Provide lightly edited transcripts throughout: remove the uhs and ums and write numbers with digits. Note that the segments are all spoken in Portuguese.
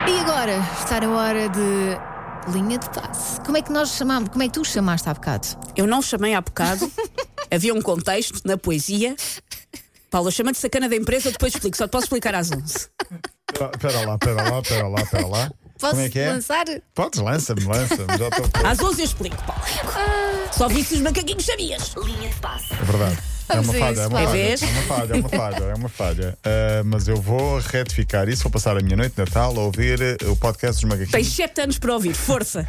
E agora está na hora de linha de passe. Como é que nós chamamos? Como é que tu chamaste há bocado? Eu não chamei há bocado. Havia um contexto na poesia. Paula, chama-te sacana da empresa, depois explico. Só te posso explicar às 11. Espera lá. Posso Como é que é? lançar? Podes, lança-me. Já estou. Às 11 eu explico, Paula. Só visse os macaquinhos sabias. Linha de passe. É verdade. Vamos a isso, É uma falha. Mas eu vou retificar isso. Vou passar a minha noite de Natal a ouvir o podcast dos Tens Macaquinhos. 7 anos para ouvir, força.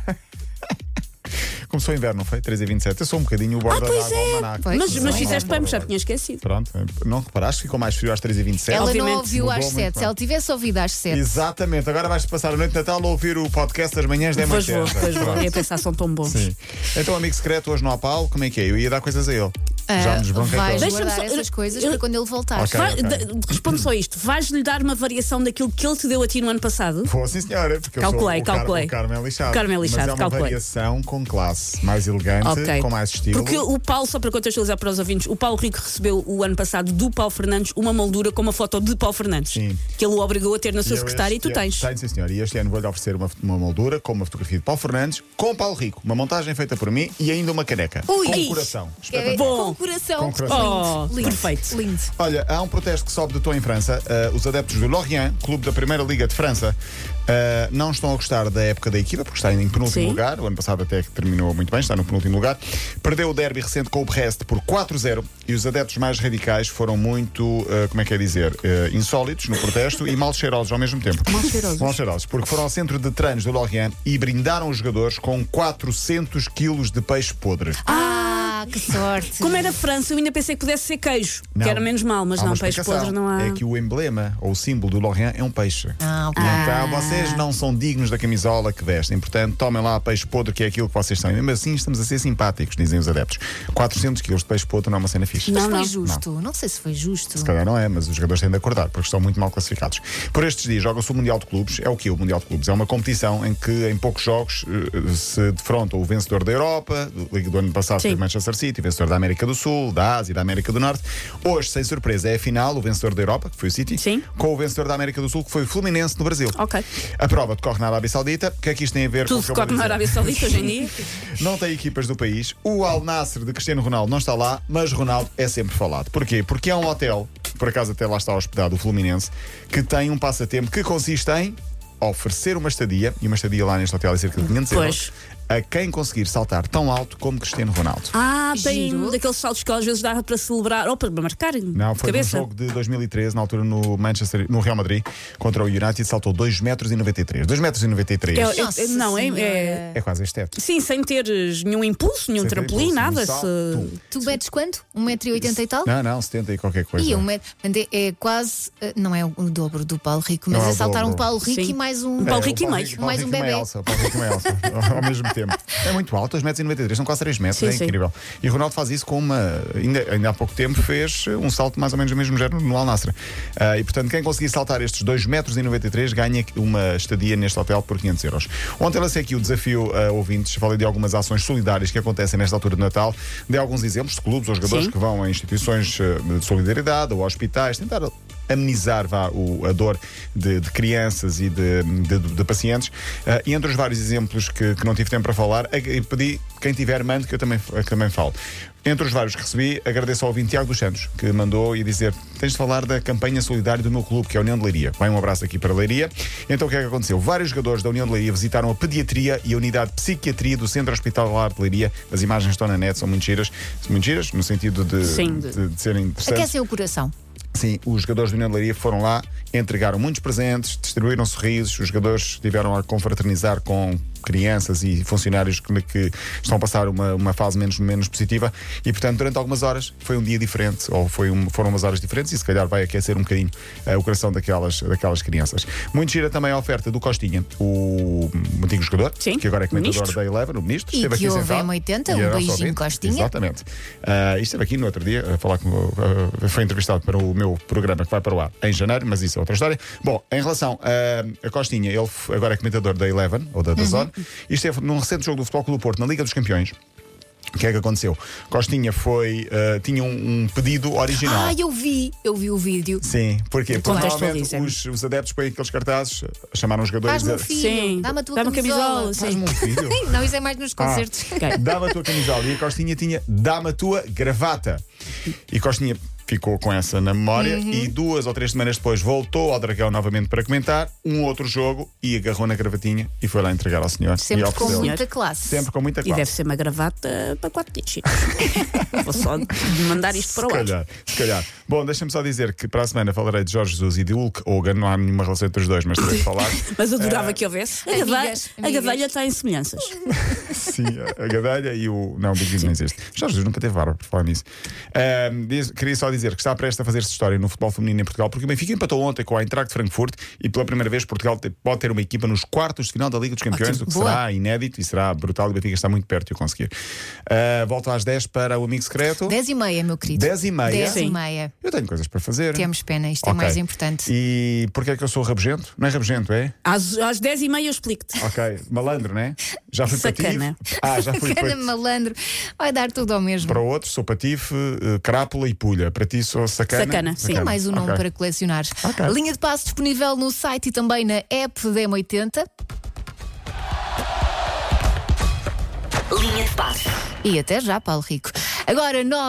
Começou o inverno, não foi? 3h27. Eu sou um bocadinho o borda pois d'água é. ao almanaque. Pois. Mas fizeste bem, Borda já d'água. tinha esquecido. Pronto, não reparaste? Ficou mais frio às 3h27. Ela Obviamente, não ouviu às mudou muito 7. Se bem. ela tivesse ouvido às 7. Exatamente. Agora vais passar a noite de Natal a ouvir o podcast das manhãs da Pois manhã. vou. Ia pensar, são tão bons. Sim. Então, amigo secreto, hoje no Paulo, como é que é? Eu ia dar coisas a ele. Já nos bronquei Vais todos. Deixa-me guardar só- essas coisas eu- para quando ele voltar. Ok. Responde só isto. Vais-lhe dar uma variação daquilo que ele te deu a ti no ano passado? Vou, sim, senhora. Porque Calculei, eu sou calculei. o Carmo é lixado. O Carmo é lixado, Mas é uma calculei. variação com classe, mais elegante, Ok. com mais estilo. Porque o Paulo, só para contextualizar para os ouvintes, o Paulo Rico recebeu o ano passado do Paulo Fernandes uma moldura com uma foto de Paulo Fernandes. Sim. Que ele o obrigou a ter na sua eu secretária e tu este ano- tens. Tenho, sim, senhor. E este ano vou-lhe oferecer uma moldura com uma fotografia de Paulo Fernandes com Paulo Rico. Uma montagem feita por mim e ainda uma caneca. Ui. com Ai. coração. É, Espetacular. Bom. com coração. Com coração. Lindo, lindo, Perfeito. lindo. Olha, há um protesto que sobe de tom em França. Os adeptos do Lorient, clube da Primeira Liga de França, não estão a gostar da época da equipa, porque está em penúltimo Sim. lugar. O ano passado até que terminou muito bem, está no penúltimo lugar. Perdeu o derby recente com o Brest por 4-0 e os adeptos mais radicais foram muito, como é que é dizer, insólitos no protesto e mal cheirosos ao mesmo tempo. Mal cheirosos, porque foram ao centro de treinos do Lorient e brindaram os jogadores com 400 quilos de peixe podre. Que sorte. Como era França, eu ainda pensei que pudesse ser queijo, Não. que era menos mal, mas Há uma não, peixe explicação. podre não há. É que o emblema ou o símbolo do Lorient é um peixe. Ok. Então vocês não são dignos da camisola que vestem. Portanto, tomem lá peixe podre, que é aquilo que vocês são. E mesmo assim estamos a ser simpáticos, dizem os adeptos. 400 quilos de peixe podre não é uma cena fixe. Mas Não, foi não. justo. Não sei se foi justo. Se calhar não é, mas os jogadores têm de acordar, porque estão muito mal classificados. Por estes dias joga-se o Mundial de Clubes. É o que o Mundial de Clubes? É uma competição em que em poucos jogos se defronta o vencedor da Europa, do ano passado Sim. foi Manchester City, vencedor da América do Sul, da Ásia e da América do Norte. Hoje, sem surpresa, é a final, o vencedor da Europa, que foi o City, Sim. com o vencedor da América do Sul, que foi o Fluminense no Brasil. Ok. A prova decorre na Arábia Saudita. O que é que isto tem a ver Tudo com o que eu decorre vou na dizer? Arábia Saudita hoje em dia. Não tem equipas do país. O Al Nassr de Cristiano Ronaldo não está lá, mas Ronaldo é sempre falado. Porquê? Porque é um hotel, por acaso até lá está hospedado o Fluminense, que tem um passatempo que consiste em oferecer uma estadia, e uma estadia lá neste hotel é cerca de 500 Pois. euros, a quem conseguir saltar tão alto como Cristiano Ronaldo. Tem Giro. daqueles saltos que às vezes dá para celebrar ou para marcar Não, foi cabeça. no jogo de 2013, na altura no Real Madrid, contra o United, saltou 2,93 m. 2,93 m. Nossa Não, Senhora. É quase este teto. Sim, sem teres nenhum impulso, nenhum Sem ter trampolim, impulso, nada. nenhum salto. Tu metes quanto? 1,80 m e tal? Não, 70 e qualquer coisa. E 1 metro. Portanto, é quase. Não é o dobro do Paulo Rico, mas Não é é o saltar um dobro. Paulo Rico Sim. e mais um. Um Paulo É, Rico o e meio. Paulo Mais um Rico e uma bebé. Elsa, o Paulo Rico e uma Elsa, ao mesmo tempo. É muito alto, 2,93 m, são quase 3 metros, Sim, é sim. incrível. E Ronaldo faz isso com uma. Ainda há pouco tempo fez um salto mais ou menos do mesmo género no Al Nassr. E portanto, quem conseguir saltar estes 2,93 m ganha uma estadia neste hotel por 500 euros. Ontem lancei aqui o desafio a ouvintes, falei de algumas ações solidárias que acontecem nesta altura de Natal, dei alguns exemplos de clubes ou jogadores Sim. que vão a instituições de solidariedade ou hospitais, tentar amenizar a dor de crianças e de pacientes. E entre os vários exemplos que não tive tempo para falar, pedi, quem tiver, mande, que eu também falo. Entre os vários que recebi, agradeço ao ouvinte Tiago dos Santos, que mandou e dizer: tens de falar da campanha solidária do meu clube, que é a União de Leiria. Vai um abraço aqui para a Leiria. Então o que é que aconteceu? Vários jogadores da União de Leiria visitaram a pediatria e a unidade de psiquiatria do Centro Hospitalar de Leiria. As imagens estão na net, são muito giras, no sentido de serem interessantes. Aquecem o coração. Sim, os jogadores do União de Leiria foram lá, entregaram muitos presentes, distribuíram sorrisos, os jogadores estiveram a confraternizar com crianças e funcionários que estão a passar uma fase menos positiva e, portanto, durante algumas horas foi um dia diferente, ou foram umas horas diferentes e se calhar vai aquecer um bocadinho o coração daquelas crianças. Muito gira também a oferta do Costinha, o antigo jogador, Sim, que agora é comentador ministro. da Eleven, o ministro, E esteve que aqui houve sentado. M80, E um era nosso beijinho, ouvinte. Costinha. Exatamente. E esteve aqui no outro dia a falar foi entrevistado para o meu programa que vai para o ar em janeiro, mas isso é outra história. Bom, em relação a Costinha, ele agora é comentador da Eleven, ou da Zone, e esteve num recente jogo do Futebol Clube do Porto na Liga dos Campeões. O que é que aconteceu? Costinha tinha um pedido original. Ah, eu vi o vídeo. Sim, porquê? Porque Contextualiza. normalmente os adeptos põem aqueles cartazes, chamaram os jogadores Faz-me a um filho, Sim. dá-me a tua Dá-me a camisola, sim. Faz-me um filho. Não, isso é mais nos concertos. Dá-me a tua camisola. E a Costinha tinha dá-me a tua gravata. E Costinha ficou com essa na memória e 2 ou 3 semanas depois voltou ao Dragão novamente para comentar um outro jogo e agarrou na gravatinha e foi lá entregar ao senhor. Sempre e com ofereceu. muita classe. Sempre com muita E classe. deve ser uma gravata para 4 dígitos. Vou só mandar isto para o ar. Se calhar. Bom, deixa-me só dizer que para a semana falarei de Jorge Jesus e de Hulk Hogan. Não há nenhuma relação entre os dois, mas terei de falar. Mas adorava que houvesse. Amigas, A gadelha está em semelhanças. Sim, a gadelha e o. Não, o Big Giz não existe. Jorge Jesus nunca teve barba, por falar nisso. Queria só dizer que está prestes a fazer-se história no futebol feminino em Portugal, porque o Benfica empatou ontem com a Eintracht Frankfurt e pela primeira vez Portugal pode ter uma equipa nos quartos de final da Liga dos Campeões, Ótimo. o que Boa. será inédito e será brutal. E o Benfica está muito perto de o conseguir. Volto às 10 para o Amigo Secreto. 10h30, meu querido. 10h30? 10h30. Eu tenho coisas para fazer. Temos pena, isto é Ok. mais importante. E porquê é que eu sou rabugento? Não é rabugento, é? Às 10h30 eu explico-te. Ok, malandro, não é? Já fui Sacana. patife. Já fui Cana malandro, vai dar tudo ao mesmo. para o outro, sou patife, crápula e pulha. Para ti sou sacana. Sacana, sim. É mais um nome Ok. para colecionar. Ok. A linha de passe disponível no site e também na app da M80. Linha de passe. E até já, Paulo Rico. Agora, 9.